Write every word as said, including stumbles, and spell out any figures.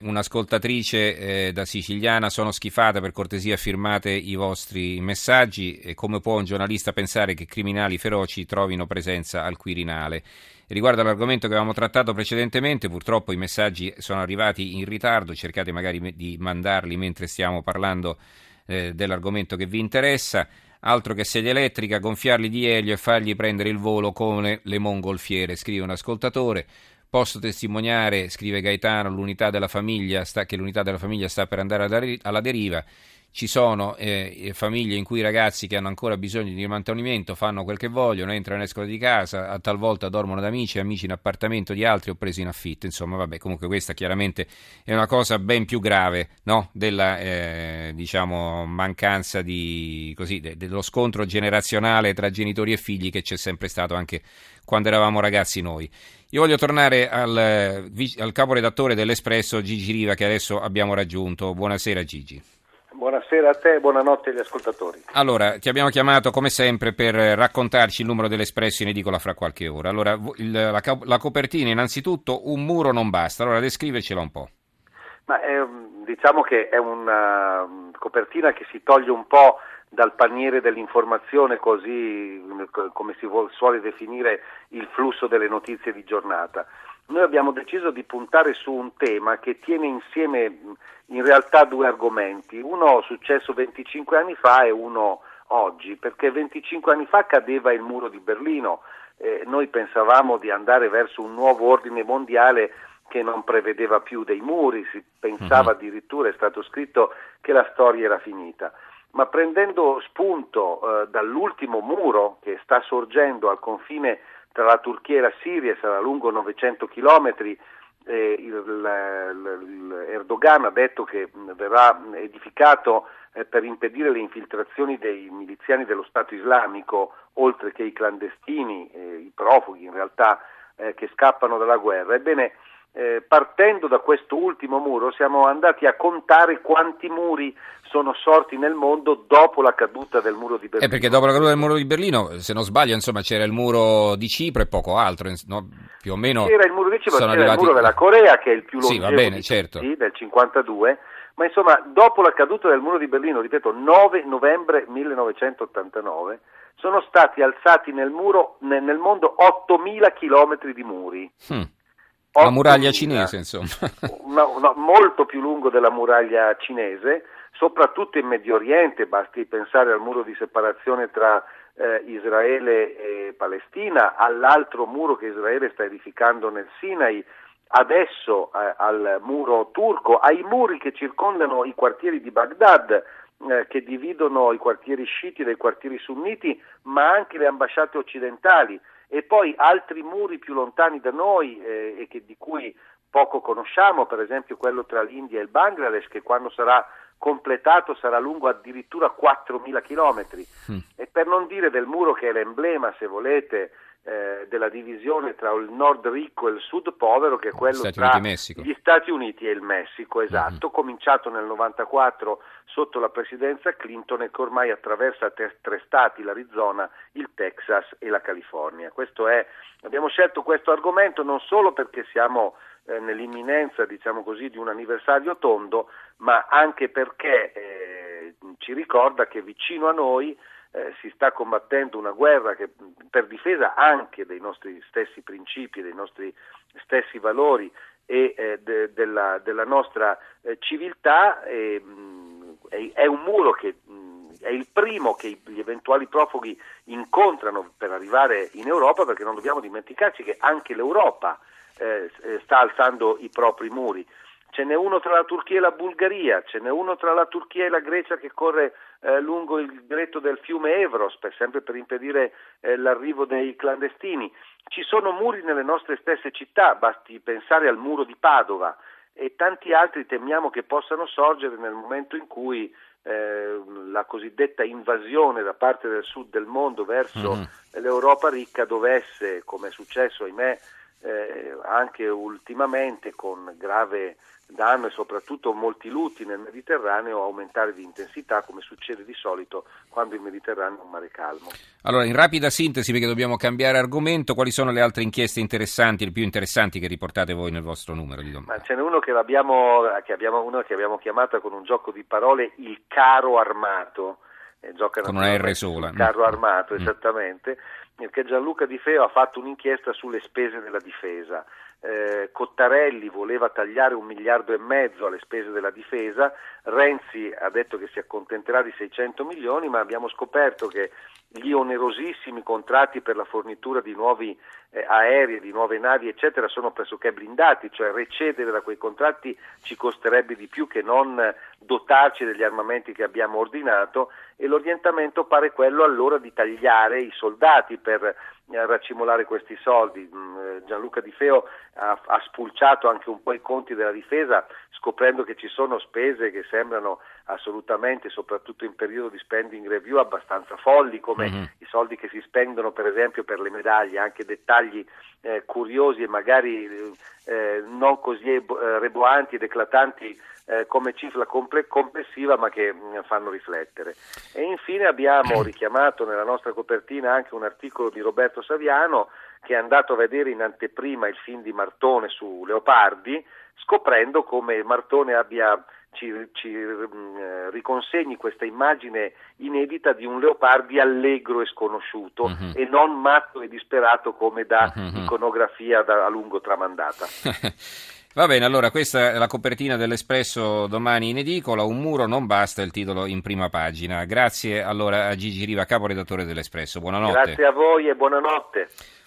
Un'ascoltatrice eh, da Siciliana: sono schifata, per cortesia firmate i vostri messaggi. E come può un giornalista pensare che criminali feroci trovino presenza al Quirinale? Riguardo all'argomento che avevamo trattato precedentemente, purtroppo i messaggi sono arrivati in ritardo, cercate magari di mandarli mentre stiamo parlando eh, dell'argomento che vi interessa. Altro che sedia elettrica, gonfiarli di elio e fargli prendere il volo come le mongolfiere, scrive un ascoltatore. Posso testimoniare, scrive Gaetano, l'unità della famiglia sta, che l'unità della famiglia sta per andare alla deriva. Ci sono eh, famiglie in cui i ragazzi che hanno ancora bisogno di mantenimento fanno quel che vogliono, entrano e escono di casa, talvolta dormono da amici, amici in appartamento di altri o presi in affitto. Insomma, vabbè, comunque questa chiaramente è una cosa ben più grave, no? Della eh, diciamo mancanza di così de, dello scontro generazionale tra genitori e figli che c'è sempre stato anche quando eravamo ragazzi noi. Io voglio tornare al, al caporedattore dell'Espresso, Gigi Riva, che adesso abbiamo raggiunto. Buonasera Gigi. Buonasera a te e buonanotte agli ascoltatori. Allora, ti abbiamo chiamato come sempre per raccontarci il numero dell'Espresso in edicola fra qualche ora. Allora, il, la, la copertina, innanzitutto, un muro non basta. Allora, descrivercela un po'. Ma è, diciamo che è una copertina che si toglie un po' dal paniere dell'informazione, così come si suole definire il flusso delle notizie di giornata. Noi abbiamo deciso di puntare su un tema che tiene insieme in realtà due argomenti, uno successo venticinque anni fa e uno oggi, perché venticinque anni fa cadeva il muro di Berlino, eh, noi pensavamo di andare verso un nuovo ordine mondiale che non prevedeva più dei muri, si pensava addirittura, è stato scritto, che la storia era finita. Ma prendendo spunto eh, dall'ultimo muro che sta sorgendo al confine tra la Turchia e la Siria, sarà lungo novecento chilometri, eh, il, il, Erdogan ha detto che verrà edificato eh, per impedire le infiltrazioni dei miliziani dello Stato islamico, oltre che i clandestini, eh, i profughi in realtà eh, che scappano dalla guerra. Ebbene, Eh, partendo da questo ultimo muro siamo andati a contare quanti muri sono sorti nel mondo dopo la caduta del muro di Berlino. Eh, perché dopo la caduta del muro di Berlino, se non sbaglio, insomma, c'era il muro di Cipro e poco altro, no? Più o meno. C'era il muro di Cipro, c'era arrivati... il muro della Corea, che è il più longevo, sì, va bene, di certo. tutti, del cinquantadue, ma insomma, dopo la caduta del muro di Berlino, ripeto, nove novembre millenovecentottantanove, sono stati alzati nel muro nel, nel mondo ottomila chilometri di muri. Hmm. La muraglia cinese, insomma. Una, una, molto più lungo della muraglia cinese, soprattutto in Medio Oriente, basti pensare al muro di separazione tra eh, Israele e Palestina, all'altro muro che Israele sta edificando nel Sinai, adesso eh, al muro turco, ai muri che circondano i quartieri di Baghdad, eh, che dividono i quartieri sciiti dai quartieri sunniti, ma anche le ambasciate occidentali. E poi altri muri più lontani da noi eh, e che, di cui poco conosciamo, per esempio quello tra l'India e il Bangladesh, che quando sarà completato sarà lungo addirittura quattromila chilometri. Mm. E per non dire del muro che è l'emblema, se volete, eh, della divisione tra il nord ricco e il sud povero, che è quello Stati tra Uniti, gli Stati Uniti e il Messico, esatto, mm-hmm. cominciato nel novantaquattro sotto la presidenza Clinton e che ormai attraversa tre, tre stati, l'Arizona, il Texas e la California. Questo è, abbiamo scelto questo argomento non solo perché siamo eh, nell'imminenza, diciamo così, di un anniversario tondo, ma anche perché eh, ci ricorda che vicino a noi Eh, si sta combattendo una guerra che, per difesa anche dei nostri stessi principi, dei nostri stessi valori e eh, de, della, della nostra eh, civiltà. E, mh, è, è un muro che mh, è il primo che gli eventuali profughi incontrano per arrivare in Europa, perché non dobbiamo dimenticarci che anche l'Europa eh, sta alzando i propri muri. Ce n'è uno tra la Turchia e la Bulgaria, ce n'è uno tra la Turchia e la Grecia che corre eh, lungo il gretto del fiume Evros, per, sempre per impedire eh, l'arrivo dei clandestini. Ci sono muri nelle nostre stesse città, basti pensare al muro di Padova, e tanti altri temiamo che possano sorgere nel momento in cui eh, la cosiddetta invasione da parte del sud del mondo verso mm-hmm. l'Europa ricca dovesse, come è successo, ahimè, eh, anche ultimamente con grave danno e soprattutto molti lutti nel Mediterraneo aumentare di intensità, come succede di solito quando il Mediterraneo è un mare calmo. Allora, in rapida sintesi, perché dobbiamo cambiare argomento, quali sono le altre inchieste interessanti, le più interessanti che riportate voi nel vostro numero di domande? Ma ce n'è uno che abbiamo, che abbiamo, uno che abbiamo chiamato con un gioco di parole il carro armato, eh, con una R sola. Il carro armato, mm. esattamente, perché Gianluca Di Feo ha fatto un'inchiesta sulle spese della difesa. Eh, Cottarelli voleva tagliare un miliardo e mezzo alle spese della difesa, Renzi ha detto che si accontenterà di seicento milioni, ma abbiamo scoperto che gli onerosissimi contratti per la fornitura di nuovi eh, aerei, di nuove navi eccetera sono pressoché blindati, cioè recedere da quei contratti ci costerebbe di più che non dotarci degli armamenti che abbiamo ordinato, e l'orientamento pare quello allora di tagliare i soldati per eh, racimolare questi soldi. Gianluca Di Feo ha, ha spulciato anche un po' i conti della difesa, scoprendo che ci sono spese che sembrano assolutamente, soprattutto in periodo di spending review, abbastanza folli, come mm-hmm. i soldi che si spendono per esempio per le medaglie, anche dettagli eh, curiosi e magari eh, non così eh, reboanti ed eclatanti eh, come cifra comple- complessiva, ma che mh, fanno riflettere. E infine abbiamo richiamato nella nostra copertina anche un articolo di Roberto Saviano, che è andato a vedere in anteprima il film di Martone su Leopardi, scoprendo come Martone abbia ci, ci eh, riconsegni questa immagine inedita di un Leopardi allegro e sconosciuto, uh-huh. e non matto e disperato come da uh-huh. iconografia da, a lungo tramandata. Va bene, allora questa è la copertina dell'Espresso domani in edicola, un muro non basta, il titolo in prima pagina. Grazie allora a Gigi Riva, caporedattore dell'Espresso, buonanotte. Grazie a voi e buonanotte.